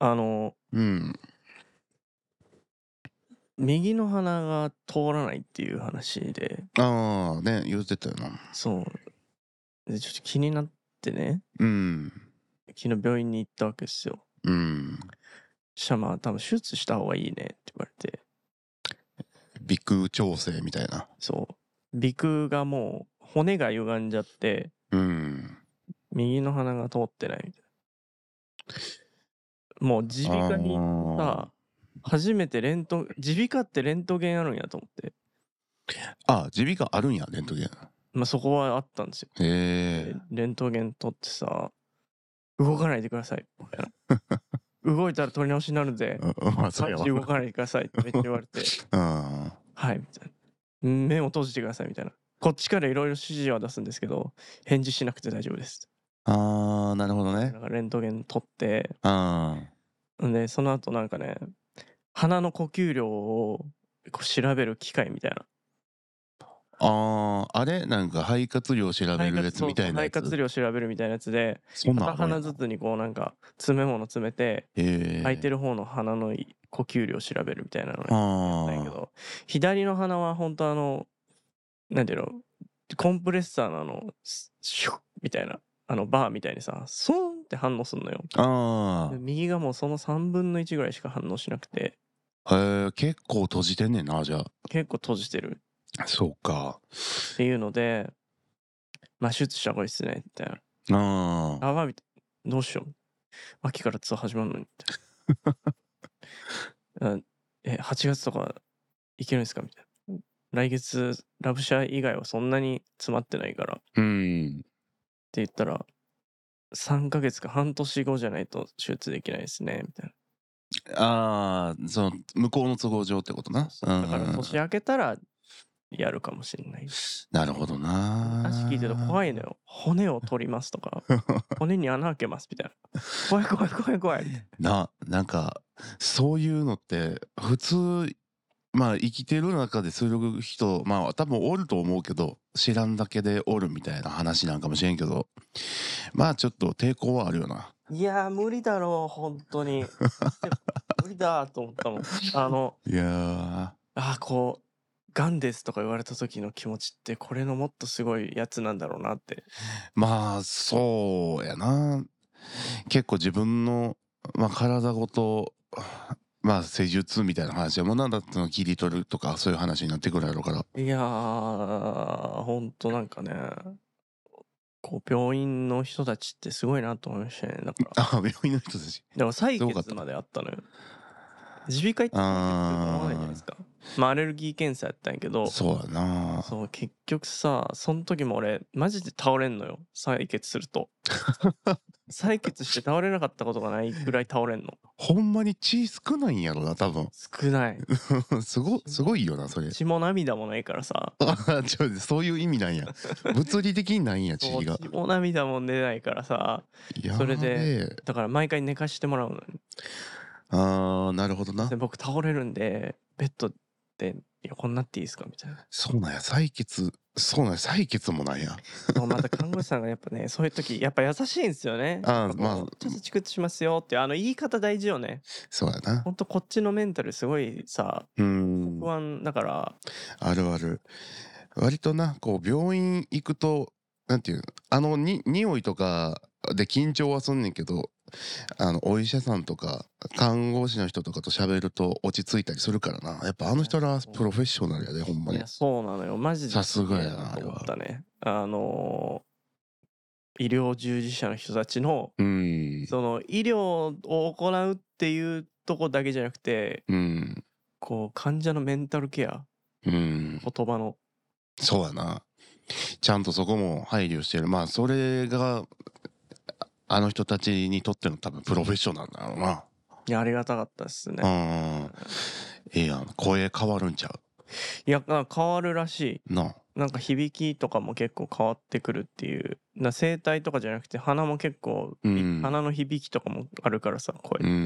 うん。 右の鼻が通らないっていう話で、 ああ、ね、言ってたよな。 そう。で、ちょっと気になってね、 うん。 昨日病院に行ったわけですよ。 うん。 そしたら多分手術した方がいいねって言われて、 鼻腔調整みたいな。 そう。鼻腔がもう骨が歪んじゃって、 うん。 右の鼻が通ってないみたいな。もう耳鼻科に行ってさ、初めて耳鼻科ってレントゲンあるんやと思って。 耳鼻科あるんや、レントゲン。 そこはあったんですよ。 へえ。 レントゲン取ってさ、動かないでくださいみたいな。動いたら取り直しになるんで、 まあ、そうやわ。 マジで動かないでくださいってめっちゃ言われて、はいみたいな。目を閉じてくださいみたいな。こっちからいろいろ指示は出すんですけど、返事しなくて大丈夫です。 ああ、なるほどね。 なんかレントゲン取って、 あで、その後なんかね、鼻の呼吸量をこう調べる機械みたいな。 あ、あれなんか肺活量調べるやつみたいなや肺活つ。 量調べるみたいなやつで、 そんなんあ片るんやな。 鼻ずつにこうなんか詰め物詰めて、空いてへえ。 る方の鼻の呼吸量調べるみたいなのね、やったんやけあど、左の鼻は本当なんていうの、コンプレッサーのシュッみたいな、バーみたいにさ、ソーンって反応すんのよ。であ。 右がもうその3分の1ぐらいしか反応しなくて、 へえ、結構閉じてんねんな、じゃ結構閉じてるあ。そうか。 っていうので、手術した方がいいっすね、みたいな。 ああ。 みたいな。どうしよう。秋からツアー始まるのに、みたいな。8月とかいけるんですかみたいな。来月、ラブシャ以外はそんなに詰まってないから。ってうん。 言ったら、3ヶ月か半年後じゃないと手術できないですね、みたいな。 ああ、その、向こうの都合上ってことな。 だから年明けたらやるかもしれない。 なるほどな。 話聞いてると怖いのよ。骨を取りますとか、骨に穴開けますみたいな。怖い怖い怖い怖い。 なんか、そういうのって、普通、まあ生きてる中でする人、まあ多分おると思うけど、知らんだけでおるみたいな話なんかもしれんけど、まあちょっと抵抗はあるよな。 いやー無理だろう、本当に。無理だと思ったもん。 いやこう、ガンですとか言われた時の気持ちってこれのもっとすごいやつなんだろうなって。 まあそうやな。結構自分の、まあ、体ごと、まあ施術みたいな話はもうなんだっての切り取るとかそういう話になってくるやろうから。 いやー、ほんとなんかね、こう病院の人たちってすごいなと思いましたね。だから。 あ、病院の人たち。 でも採すごかった。 血まであったのよ。耳鼻科行って採血すると思わないじゃないですか。アレルギー検査やったんやけど、 そうやな。 そう、結局さ、その時も俺、マジで倒れんのよ。採血すると。採血して倒れなかったことがないぐらい倒れんの。 ほんまに血少ないんやろな、多分。 少ない。 すごいよな、それ。 血も涙もないからさ。 そういう意味なんや。物理的にないんや、血が。 血も涙も出ないからさ。それやべで、 え。 だから毎回寝かしてもらうのよ。 ああ、なるほどな。 で僕倒れるんで、ベッドで横になっていいですかみたいな。 そうなんや、採血もなんや。 また看護師さんがやっぱね、そういう時、やっぱ優しいんですよね。 ああ、まあ、 ちょっとチクッとしますよって言い方大事よね。 そうやな。 ほんとこっちのメンタルすごいさ、不安だから。 あるある。割とな、こう病院行くと、なんていうの、匂いとかで緊張はすんねんけど、お医者さんとか看護師の人とかと喋ると落ち着いたりするからな。やっぱあの人らプロフェッショナルやで、ほんまに。 いや、そうなのよ。マジでさすがやな、 すげえなとあれは。 思ったね。医療従事者の人たちの、 うん。 その医療を行うっていうとこだけじゃなくて、 うん。 こう患者のメンタルケア、 うん。 言葉の。 そうやな。ちゃんとそこも配慮してる。まあ、それが、あの人たちにとっての多分プロフェッショナルだろうな。 いや、ありがたかったっすね。 ええやん。声変わるんちゃう？ いや、変わるらしい。 なあ。 なんか響きとかも結構変わってくるっていう。声帯とかじゃなくて鼻も結構、鼻の響きとかもあるからさ、声って。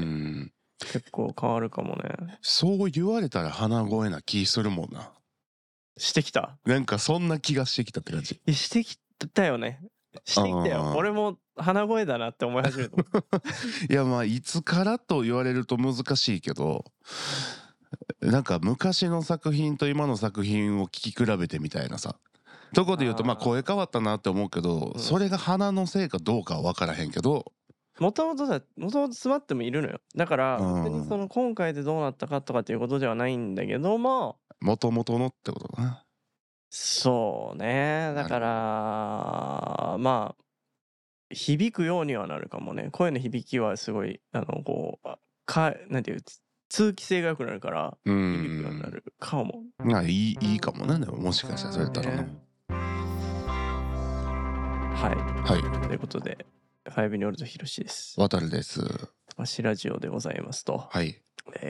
結構変わるかもね。 そう言われたら鼻声な気するもんな。 してきた？ なんかそんな気がしてきたって感じ。 してきたよね。 してきたよ。俺も鼻声だなって思い始めた。 いやまあいつからと言われると難しいけど、なんか昔の作品と今の作品を聴き比べてみたいなさとこで言うと、まあ声変わったなって思うけど、それが鼻のせいかどうかは分からへんけど、 もともと詰まってもいるのよ。だから別にその今回でどうなったかとかっていうことではないんだけども、 もともとのってことだな。 そうね。だからまあ響くようにはなるかもね。声の響きはすごいこうなんていう通気性が良くなるから響くようになるかも。 いいかもね。でももしかしたらそれやったらね。 はい。ということで5におるとひろしです。 渡るです。 わしラジオでございますと。 はい。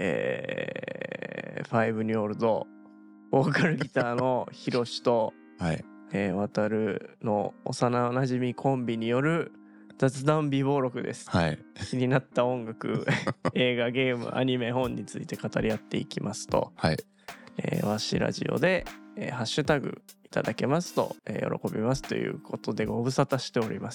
5におるとボーカルギターのひろしと、 はい。 渡るの幼なじみコンビによる雑談美貌録です。 はい。 気になった音楽、映画、ゲーム、アニメ、本について語り合っていきますと、 はい。 わしラジオで、ハッシュタグいただけますと、喜びますということでご無沙汰しております。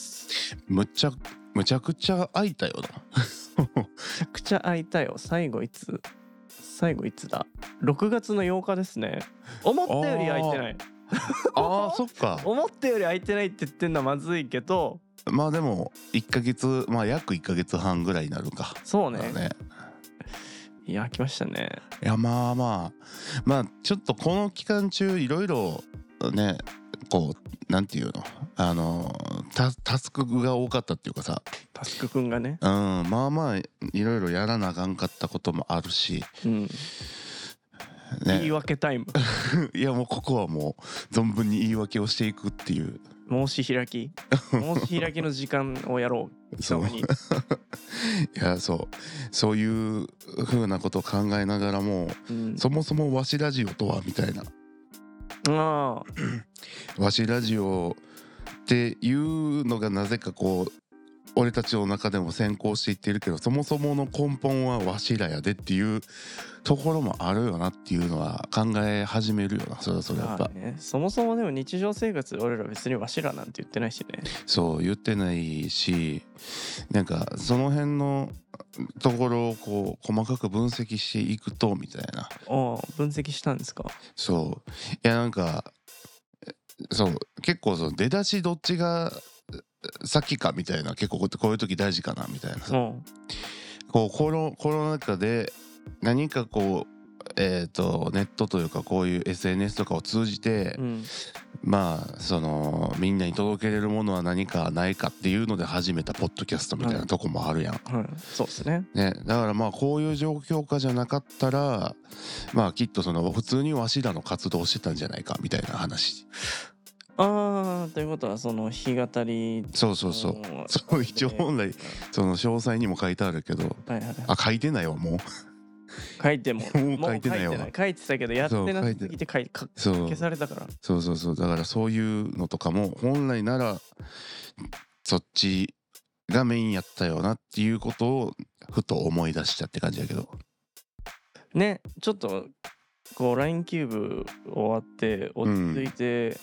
むちゃくちゃ空いたよな。 むちゃくちゃ空いたよ。最後いつだ ?6 月の8日ですね。思ったより空いてない。 そっか。 思ったより空いてないって言ってんのはまずいけど、 まあでも1ヶ月、まあ約1ヶ月半ぐらいになるか。 そうね。いや来ましたね。 いやまあちょっとこの期間中いろいろね、こうなんていうのタスクが多かったっていうかさ、 タスクくんがね、 まあいろいろやらなあかんかったこともあるし、 ね、言い訳タイム。 いやもうここはもう存分に言い訳をしていくっていう、 申し開きの時間をやろう。 そういやそういう風なことを考えながらも、そもそもわしラジオとはみたいな、わしラジオっていうのがなぜかこう俺たちの中でも先行していってるけど、そもそもの根本はわしらやでっていうところもあるよなっていうのは考え始めるよな。それやっぱ、 そもそもでも日常生活俺ら別にわしらなんて言ってないしね。 そう言ってないし、なんかその辺のところをこう細かく分析していくとみたいな。 分析したんですか。 そういやなんかそう結構その出だしどっちが先かみたいな、結構こういう時大事かなみたいなさ、こうコロナ禍で何かこうネットというかこういう SNS とかを通じて、まあそのみんなに届けれるものは何かないかっていうので始めたポッドキャストみたいなとこもあるやん。 そうですね。 だからまあこういう状況下じゃなかったら、まあきっとその普通にわしらの活動してたんじゃないかみたいな話。 ということはその弾き語り、 そう一応本来その詳細にも書いてあるけど、書いてないわもう。 書いてももう書いてないわ。 書いてたけどやってなすぎて消されたから。 そうだからそういうのとかも本来ならそっちがメインやったよなっていうことをふと思い出したって感じだけどね。ちょっとこう LINE キューブ終わって落ち着いて、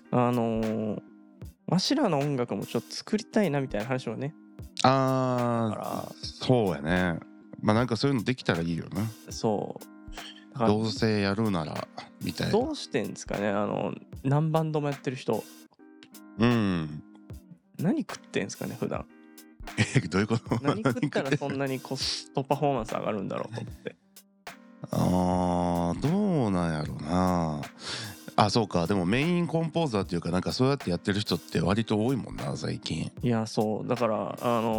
わしらの音楽もちょっと作りたいなみたいな話をね。 そうやね。まあなんかそういうのできたらいいよな。そうどうせやるならみたいな。 どうしてんですかね、何バンドもやってる人。何食ってんすかね普段。 どういうこと？ 何食ったらそんなにコストパフォーマンス上がるんだろうと思って。 どうなんやろうな。そうか。でもメインコンポーザーっていうかなんかそうやってやってる人って割と多いもんな最近。 いやそうだから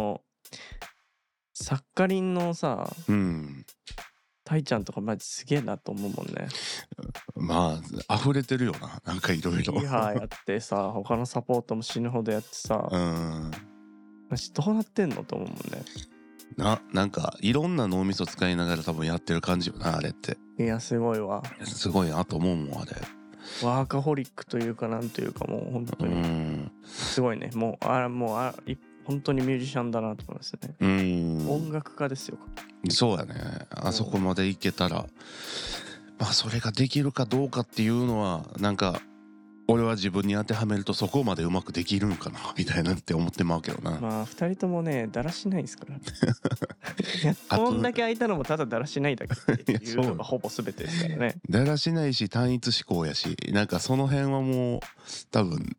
サッカリンのさ、タイちゃんとかマジすげえなと思うもんね。 まあ溢れてるよな、なんかいろいろ。 リハやってさ、他のサポートも死ぬほどやってさ、マジどうなってんのと思うもんね。 なんかいろんな脳みそ使いながら多分やってる感じよなあれって。 いやすごいわ。 すごいなと思うもんあれ。 ワーカホリックというかなんというかもう本当にすごいね。もう本当にミュージシャンだなと思いますね。音楽家ですよ。 そうやね。あそこまでいけたら、まあそれができるかどうかっていうのはなんか俺は自分に当てはめるとそこまでうまくできるんかなみたいなって思ってまうけどな。 まあ2人ともねだらしないですからいやあとこんだけ空いたのもただだらしないだけっていやいうそうのがほぼ全てですからね。 だらしないし単一思考やし、なんかその辺はもう多分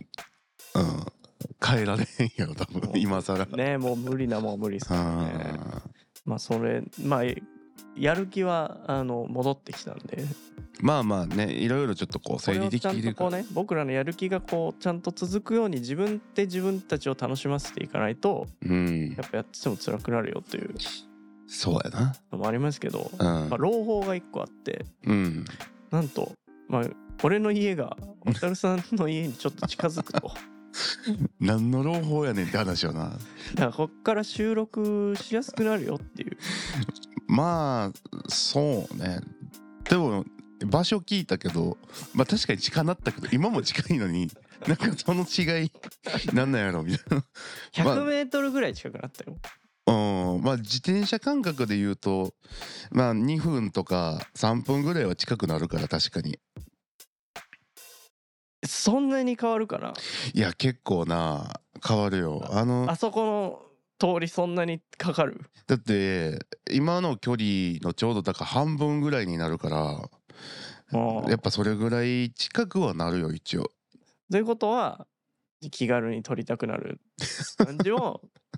変えられへんやろ多分もう今更。 ねもう無理なもん無理ですからね。まあそれまあやる気は戻ってきたんで、 まあまあね、いろいろちょっとこう整理できこれをちゃているから。 んとこうね僕らのやる気がこうちゃんと続くように自分たちを楽しませていかないとうんやっぱやってても辛くなるよっていうそうやな。 のもありますけど、 うんまあ、朗報が一個あって、 うんなんと、まあ、俺の家が渡さんの家にちょっと近づくと何の朗報やねんって話よな。 だからこっから収録しやすくなるよっていう。 まあそうね。でも場所聞いたけど、まあ確かに近なったけど今も近いのになんかその違いなんなんやろみたいな。 100メートルぐらい近くなったよ。 まあ自転車感覚で言うとまあ2分とか3分ぐらいは近くなるから確かに。 そんなに変わるかな。 いや結構な変わるよ。 あそこの通りそんなにかかる。 だって今の距離のちょうどだから半分ぐらいになるからやっぱそれぐらい近くはなるよ一応。 ということは気軽に撮りたくなる感じを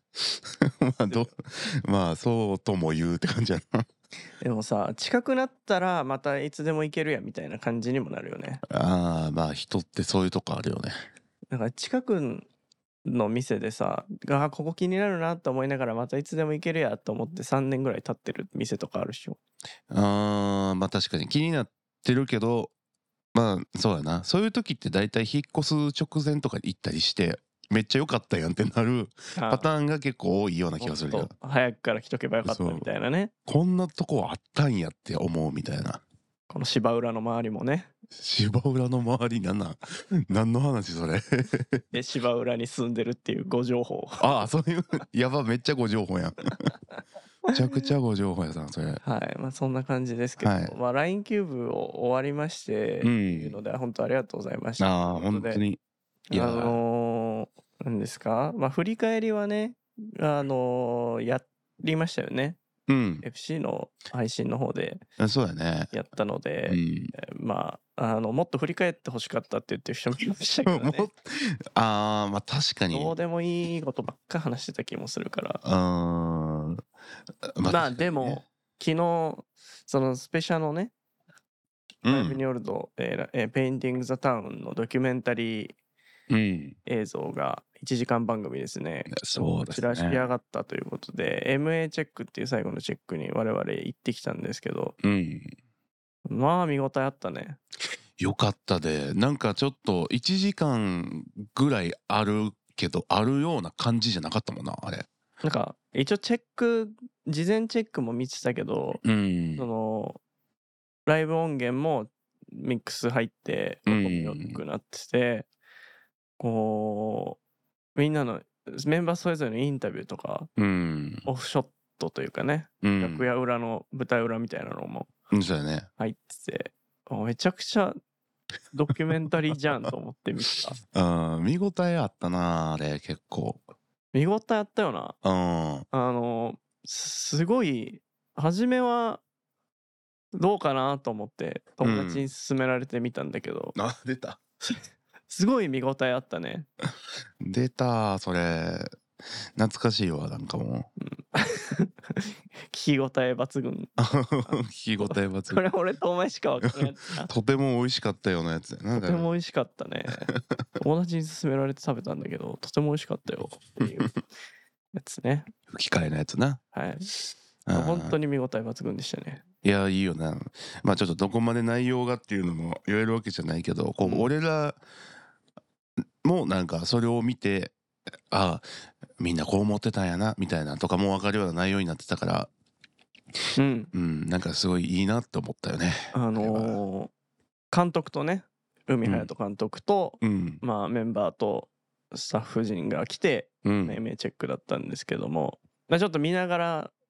まあそうとも言うって感じやな。 でもさ近くなったらまたいつでも行けるやみたいな感じにもなるよね。 ああまあ人ってそういうとこあるよね。 だから近くの店でさここ気になるなと思いながらまたいつでも行けるやと思って3年ぐらい経ってる店とかあるっしょ。 まあ確かに気になってるけどまあそうやな。そういう時って大体引っ越す直前とかに行ったりしてめっちゃ良かったやんってなるパターンが結構多いような気がするよ。 早くから来とけばよかったみたいなね。 こんなとこあったんやって思うみたいな。 この芝浦の周りもね。 芝浦の周り何の話それで芝浦に住んでるっていうご情報。 ああそういうやばめっちゃご情報やんめちゃくちゃご情報やさんそれ。 はいまあそんな感じですけど、 はいまあ LINE キューブを終わりましてっていうので本当ありがとうございました。 ああ本当にいや何ですかまあ振り返りはねやりましたよね。FC の配信の方でそうやね。 やったので、まあもっと振り返ってほしかったって言ってる人もいましたけどねまあ確かにどうでもいいことばっか話してた気もするからまあでも昨日そのスペシャルのねライブによるとペインティング・ザ・タウンのドキュメンタリー映像が1時間番組ですね。 そうですね。 こちら仕上がったということで MA チェックっていう最後のチェックに我々行ってきたんですけど、まあ見応えあったね。 よかったでなんかちょっと1時間ぐらいあるけどあるような感じじゃなかったもんなあれ。 なんか一応事前チェックも見てたけど、そのライブ音源もミックス入って音も良くなってて、こうみんなのメンバーそれぞれのインタビューとか、オフショットというかね、楽屋裏の舞台裏みたいなのもそうやね入ってて、めちゃくちゃドキュメンタリーじゃんと思って見てた。 見応えあったなあれ結構。 見応えあったよな。すごい初めはどうかなと思って友達に勧められてみたんだけど、 出たすごい見応えあったね。 出たそれ懐かしいわなんかも聞き応え抜群聞き応え抜群これ俺とお前しか分からないとても美味しかったようなやつとても美味しかったね友達に勧められて食べたんだけどとても美味しかったよっていうやつね。 吹き替えのやつな。 はい本当に見応え抜群でしたね。 いやいいよな。まあちょっとどこまで内容がっていうのも言えるわけじゃないけどこう、俺らもなんかそれを見てみんなこう思ってたんやなみたいなとかも分かるような内容になってたからなんかすごいいいなって思ったよね。 監督とね海隼人監督と、まあメンバーとスタッフ陣が来て、命名チェックだったんですけども、ちょっと見ながら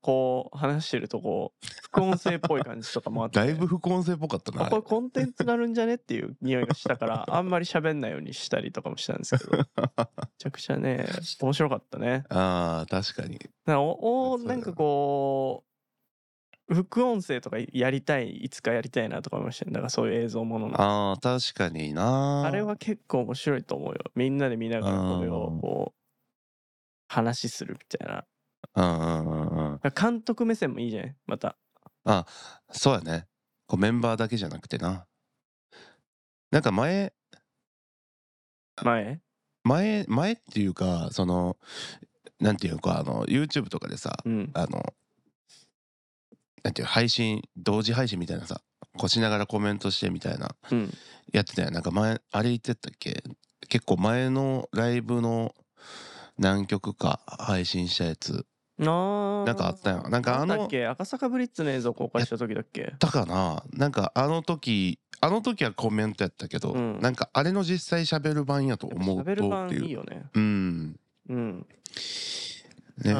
こう話してるとこう副音声っぽい感じとかもあってだいぶ副音声っぽかったなあれ。 これコンテンツなるんじゃねっていう匂いがしたからあんまり喋んないようにしたりとかもしたんですけどめちゃくちゃね面白かったね。 ああ確かに。 なんかこう副音声とかやりたいいつかやりたいなとか思いましたね。だからそういう映像もののああ確かにな。 あれは結構面白いと思うよ。みんなで見ながらこれをこう話するみたいな。監督目線もいいじゃないまた。 あそうやね。こうメンバーだけじゃなくてな。なんか前っていうかそのなんていうかYouTube とかでさ、なんていう同時配信みたいなさこしながらコメントしてみたいな、やってたよ。なんか前あれ言ってたっけ、結構前のライブの何曲か配信したやつなんかあったよ。なんかなんだっけ赤坂ブリッツの映像公開した時だっけだかな。なんかあの時はコメントやったけど、なんかあれの実際喋る版やと思うとっていう。 喋る版いいよね。ね、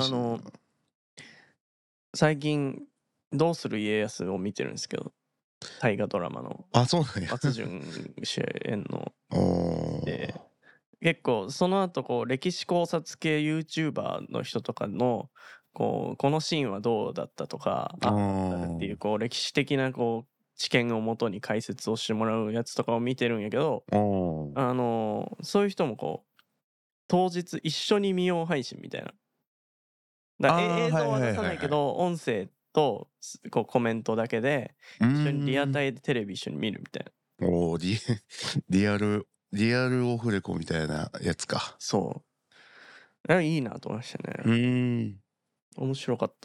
最近どうする家康を見てるんですけど大河ドラマのそうなんや松潤主演ので結構その後こう歴史考察系 YouTuber の人とかのこのシーンはどうだったとかっていうこう歴史的なこう知見をもとに解説をしてもらうやつとかを見てるんやけどそういう人もこう当日一緒に見よう配信みたいな映像は出さないけど音声とこうコメントだけで一緒にリアタイでテレビ一緒に見るみたいな。 おーリアルオフレコみたいなやつか。 そういいなと思いましたね。面白かった。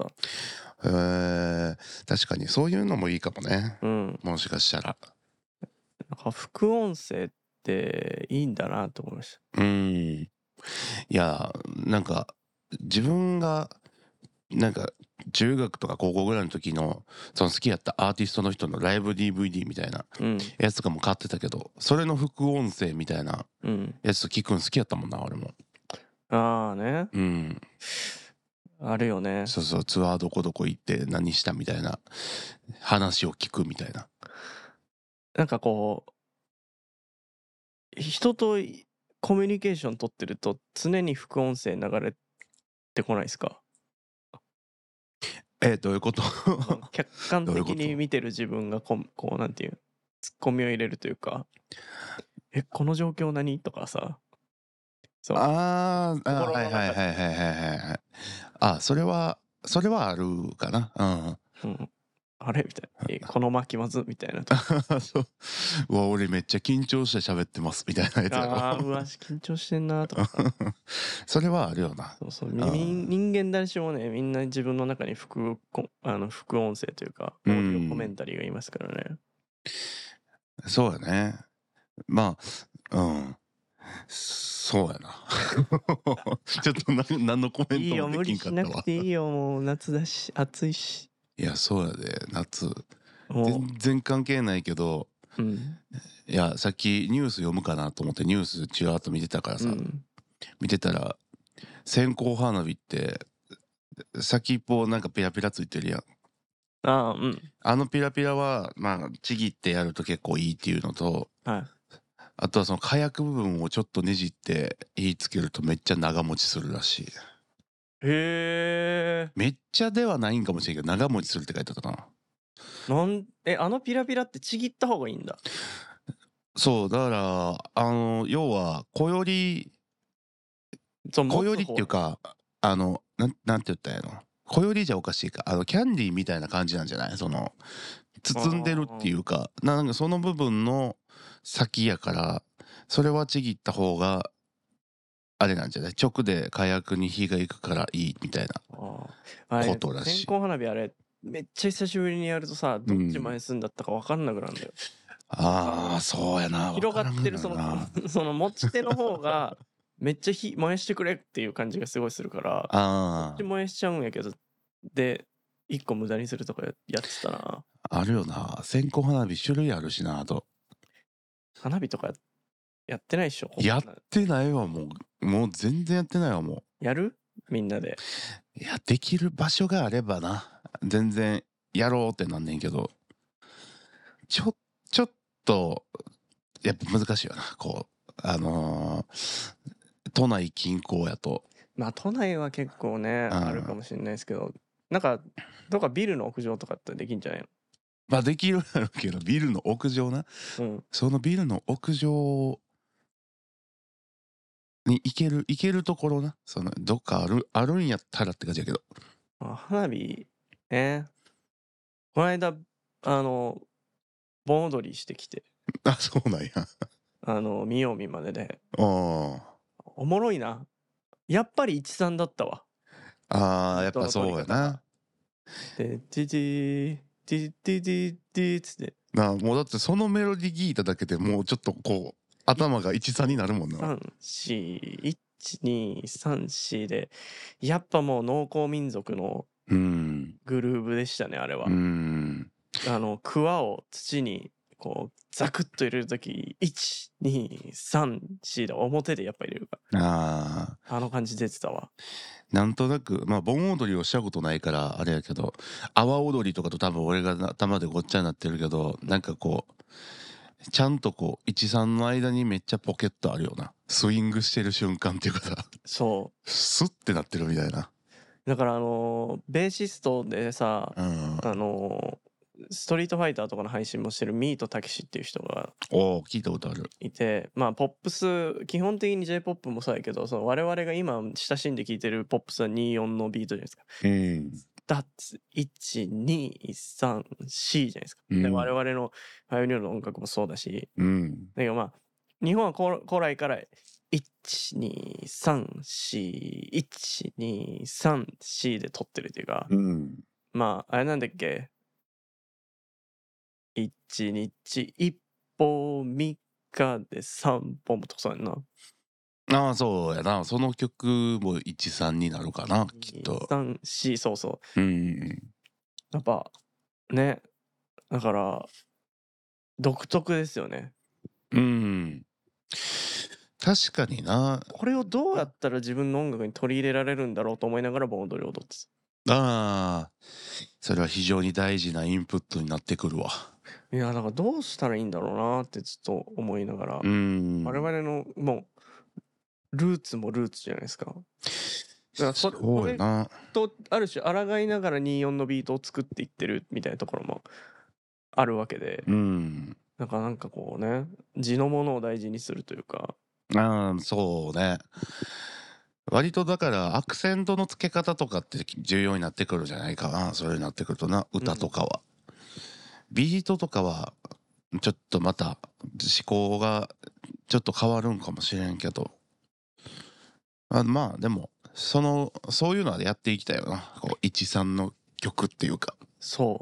確かにそういうのもいいかもね。もしかしたらなんか副音声っていいんだなと思いました。 いやなんか自分がなんか中学とか高校ぐらいの時のその好きやったアーティストの人のライブ DVD みたいなやつとかも買ってたけど、それの副音声みたいなやつと聞くん好きやったもんな俺も。 ああね。あるよね。 そうそうツアーどこどこ行って何したみたいな話を聞くみたいな。 なんかこう人とコミュニケーション取ってると常に副音声流れてこないですか？ どういうこと客観的に見てる自分がこうなんていうツッコミを入れるというかこの状況何とかさはいそれはあるかな。 あれみたいなこの巻きまずみたいなそううわ俺めっちゃ緊張して喋ってますみたいなやつやろ。 うわ緊張してんなとかさそれはあるよな。 人間誰しもねみんな自分の中に副音声というかオーディオコメンタリーがいますからね。 そうやね。まあそうやなちょっと何のコメントもできんかったわ。いいよ無理しなくていいよもう夏だし暑いし。 いやそうやで夏全然関係ないけど、いやさっきニュース読むかなと思ってニュースちらっと見てたからさ、見てたら線香花火って先っぽなんかピラピラついてるやん。あのピラピラはまあちぎってやると結構いいっていうのと、あとはその火薬部分をちょっとねじって火つけるとめっちゃ長持ちするらしい。めっちゃではないんかもしれんけど長持ちするって書いてあったな。 あのピラピラってちぎった方がいいんだ。 そうだから要は小よりっていうかなんて言ったんやろ、小よりじゃおかしいかキャンディーみたいな感じなんじゃない、その包んでるっていうかなんかその部分の先やからそれはちぎった方があれなんじゃない、直で火薬に火がいくからいいみたいなことらしい。 線香花火あれめっちゃ久しぶりにやるとさどっち前すんだったか分かんなくなるんだよ。 そうやな。 広がってるその持ち手の方がめっちゃ火燃やしてくれっていう感じがすごいするからこっち燃やしちゃうんやけどで1個無駄にするとかやってたな。 あるよな。線香花火種類あるしな。あと花火とかやってないっしょ。 やってないわもう全然やってないわもう。 やるみんなで。 いや、できる場所があればな、全然やろうってなんねんけど、ちょちょっとやっぱ難しいよな。こう都内近郊やと、 まあ都内は結構ね、あるかもしれないですけど、なんか、どっかビルの屋上とかってできんじゃないの？ まあできるやろうけど、ビルの屋上な。 うん。 そのビルの屋上に行けるところな。そのどっかあるんやったらって感じやけど。 まあ、花火ね、この間、盆踊りしてきて、 あ、そうなんや。 見よう見まねで、 あおもろいな。やっぱり13だったわ。 あー、やっぱビートの取り方が。 そうやな。 で、ティティティティティティつって、 もうだってそのメロディー聞いただけでもうちょっとこう頭が13になるもんな。 3、4、1、2、3、4で、やっぱもう農耕民族のうん。 グルーブでしたね、あれうは。 ん。 クワを土にこうザクッと入れるとき、1、2、3、4で表でやっぱ入れるかああ。 ら。あの感じ出てたわ。 なんとなく、まあ、盆踊りをしたことないから、あれやけど、阿波踊りとかと多分俺が頭でごっちゃになってるけど、なんかこう、ちゃんとこう、1、3の間にめっちゃポケットあるよな。スイングしてる瞬間っていうかさ、 そスッてなってるみたいな。 う。だからベーシストでさ、 うん。 ストリートファイターとかの配信もしてるミートたけしっていう人がおお、聞いたことある。 いて、まあポップス、基本的に J-POP もそうやけど、その我々が今親しんで聴いてるポップスは24のビートじゃないですか。 うん。 ダッツ1、2、3、4じゃないですか。で、 うん。 我々のパイオニアの音楽もそうだし、 うん。 だけどまあ、日本は古来から1、2、3、4、1、2、3、4で撮ってるというか、 うん。 まあ、あれなんだっけ、1日1本3日で3本もとかそうやんな。 ああ、そうやな。その曲も1、3になるかな、きっ 2、 と。 3、4、そうそう。 うん。 やっぱ、ね、だから、独特ですよね。 うん。確かにな。 これをどうやったら自分の音楽に取り入れられるんだろうと思いながら盆踊りを踊ってた。 ああ、それは非常に大事なインプットになってくるわ。 いや、だからどうしたらいいんだろうなってずっと思いながら、 うーん。 我々のもう、ルーツもルーツじゃないですか。だからそうやな。 と、ある種抗いながら24のビートを作っていってるみたいなところもあるわけで、 うん。 だからなんかこうね、地のものを大事にするというか、 ああ、そうね。割とだからアクセントの付け方とかって重要になってくるじゃないかな。それになってくるとな、歌とかは。ビートとかはちょっとまた思考がちょっと変わるんかもしれんけど。まあでも、そういうのはやっていきたいよな。こう、13の曲っていうか。 そう。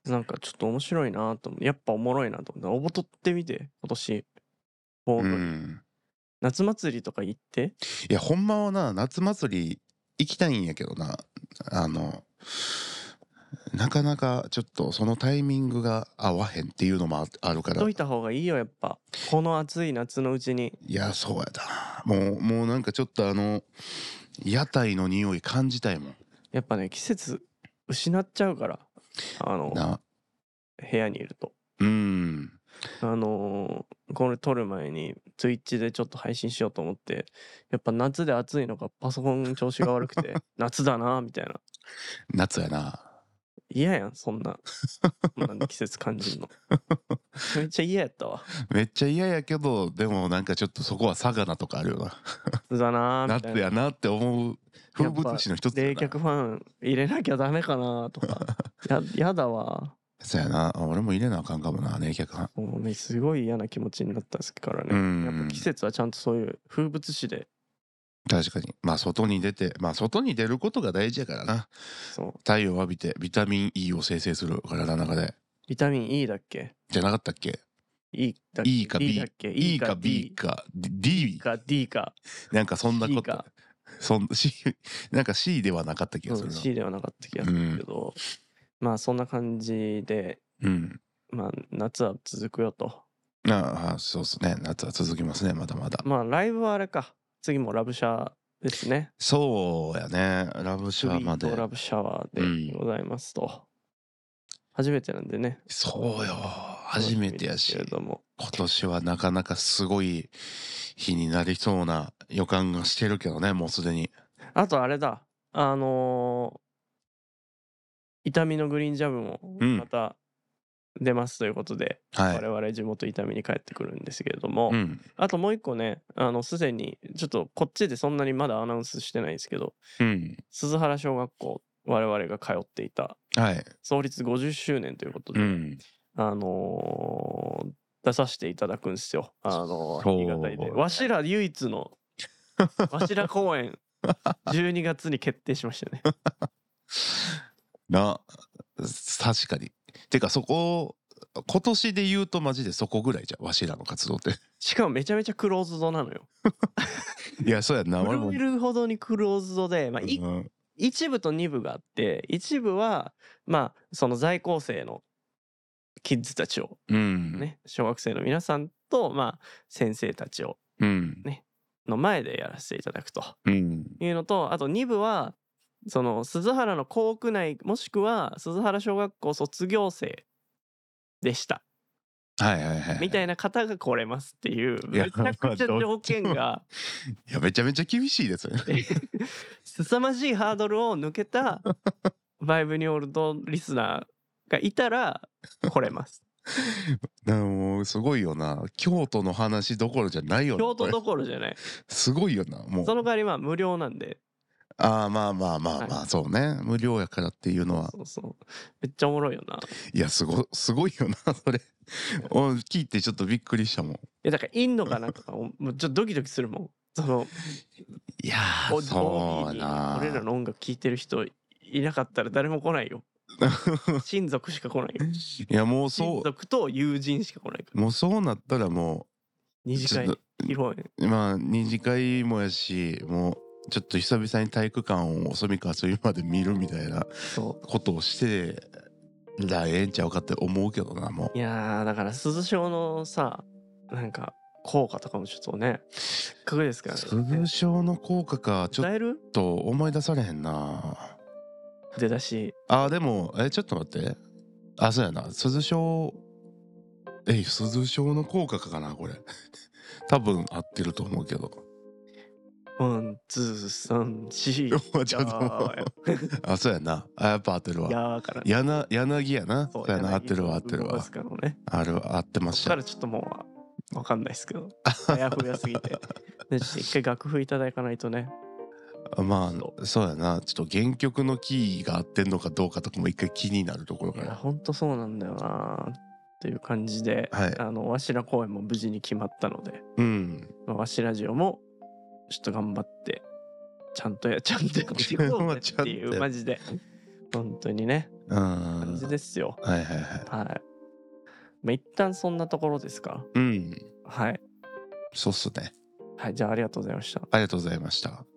なんかちょっと面白いなと思う。やっぱおもろいなと思って、応募取ってみて、今年。盆う踊り。 ん。 夏祭りとか行って。 いや、ほんまはな、夏祭り行きたいんやけどな。あの、なかなかちょっとそのタイミングが合わへんっていうのもあるから。 といた方がいいよ、やっぱ。この暑い夏のうちに。 いや、そうやだな。もうなんかちょっと屋台の匂い感じたいもん。 やっぱね、季節失っちゃうから。 な。 部屋にいると。 うーん。 これ撮る前に Twitch でちょっと配信しようと思って、やっぱ夏で暑いのかパソコン調子が悪くて、夏だなみたいな。 夏やな。 嫌やん、そんな季節感じんの。めっちゃ嫌やったわ。 めっちゃ嫌やけど、でもなんかちょっとそこは佐賀なとかあるよな。 夏だなみたいな。 夏やなって思う風物詩の一つやな。 冷却ファン入れなきゃダメかなとか。やだわ。 そうやな。俺も入れなあかんかもな、冷却班。 もうね、すごい嫌な気持ちになったからうね。やっぱん。 季節はちゃんとそういう風物詩で、 確かに。まあ外に出て、まあ外に出ることが大事やからな。 そう。 太陽を浴びてビタミン E を生成する体の中で。 ビタミン E だっけ？ じゃなかったっけ？ E だっけ？ E か D だ B っけ？ E E かか B D か E D か D かなんかそんな C ことか。 なんか C ではなかった気がするな。 C ではなかった気がするけど、まあそんな感じで、まあ夏は続くよと。 ああ、そうですね。夏は続きますね、まだまだ。 まあライブはあれか。次もラブシャーですね。 そうやね。ラブシャワーまで。 フリートラブシャワーでございますと。初めてなんでね。 そうよ。初めてや楽しみですけれし、 ども。 今年はなかなかすごい日になりそうな予感がしてるけどね、もうすでに。 あとあれだ。伊丹のグリーンジャムもうんまた出ますということで、 はい。 我々地元伊丹に帰ってくるんですけれども、 うん。 あともう一個ね、すでにちょっとこっちでそんなにまだアナウンスしてないんですけど、 うん。 鈴原小学校我々が通っていたはい。 創立50周年ということで、 うん。 あのー出させていただくんですよ。 そう弾き語りで。わしら唯一のわしら公演12月に決定しましたね。 な、確かに。てかそこ、今年で言うとマジでそこぐらいじゃん、わしらの活動って。 しかもめちゃめちゃクローズドなのよ。 いや、そうやんな、俺も。 震えるほどにクローズドで、 うん一部と二部があって、一部はその在校生のキッズたちをうん。 ね、小学生の皆さんと先生たちをうん。 ねの前でやらせていただくとうん。 いうのと、あと2部はその鈴原の校区内もしくは鈴原小学校卒業生でしたはいはいはい。 みたいな方が来れますっていういやめちゃくちゃ条件がいや、めちゃめちゃ厳しいですよね。 凄まじいハードルを抜けたバイブニオールドリスナーがいたら来れます。 もうすごいよな。京都の話どころじゃないよな。これ京都どころじゃない。 すごいよな。もう。 その代わり無料なんで。 ああ、まあまあまあまあ、 はいそうね。無料やからっていうのは。 そうそう。めっちゃおもろいよな。 いや、すごいよな、それ。聞いてちょっとびっくりしたもん。 だからいんのかなとかもうちょっとドキドキするもん。そのいやー、そうにな。 俺らの音楽聴いてる人いなかったら誰も来ないよ。親族しか来ないよ。 いや、もう親族と友人しか来ないから。 もうそうなったらも二次会ちょっ披露宴。 う、まあ、二次会もやし、もう、ちょっと久々に体育館を遅みか遊びまで見るみたいなそことをしてらええんちゃうかって思うけどな、もう。いやーだから鈴小のさ、なんか効果とかもちょっとね、せっかくですからね。 鈴小の効果か、ちょっ歌えると思い出されへんな。 出だし。 あ、でも、ちょっと待って。あ、そうやな。鈴小、鈴小の効果かな、これ。多分合ってると思うけど。 ワン、ツー、サン、シー。 ちょっとあ、そうやな。あ、やっぱ合ってるわ。 やーから。 柳やな。そうやな。合ってるわ、合ってるわ。 かのね。 合ってました。 そっからちょっともうわかんないですけど。あやふやすぎて。で、ちょっと一回楽譜いただかないとね。 まあ、そうやな。ちょっと原曲のキーが合ってんのかどうかとかも一回気になるところいや、 から。 ほんとそうなんだよな。っていう感じで、 はいわしら公演も無事に決まったので、 うん。 わしラジオもちょっと頑張ってちゃんとやっていこうぜっていうマジで本当にね感じですよ。 はいはいはい。 はい。一旦そんなところですか。 うん。 はい。 そうっすね。 はい、じゃあありがとうございました。 ありがとうございました。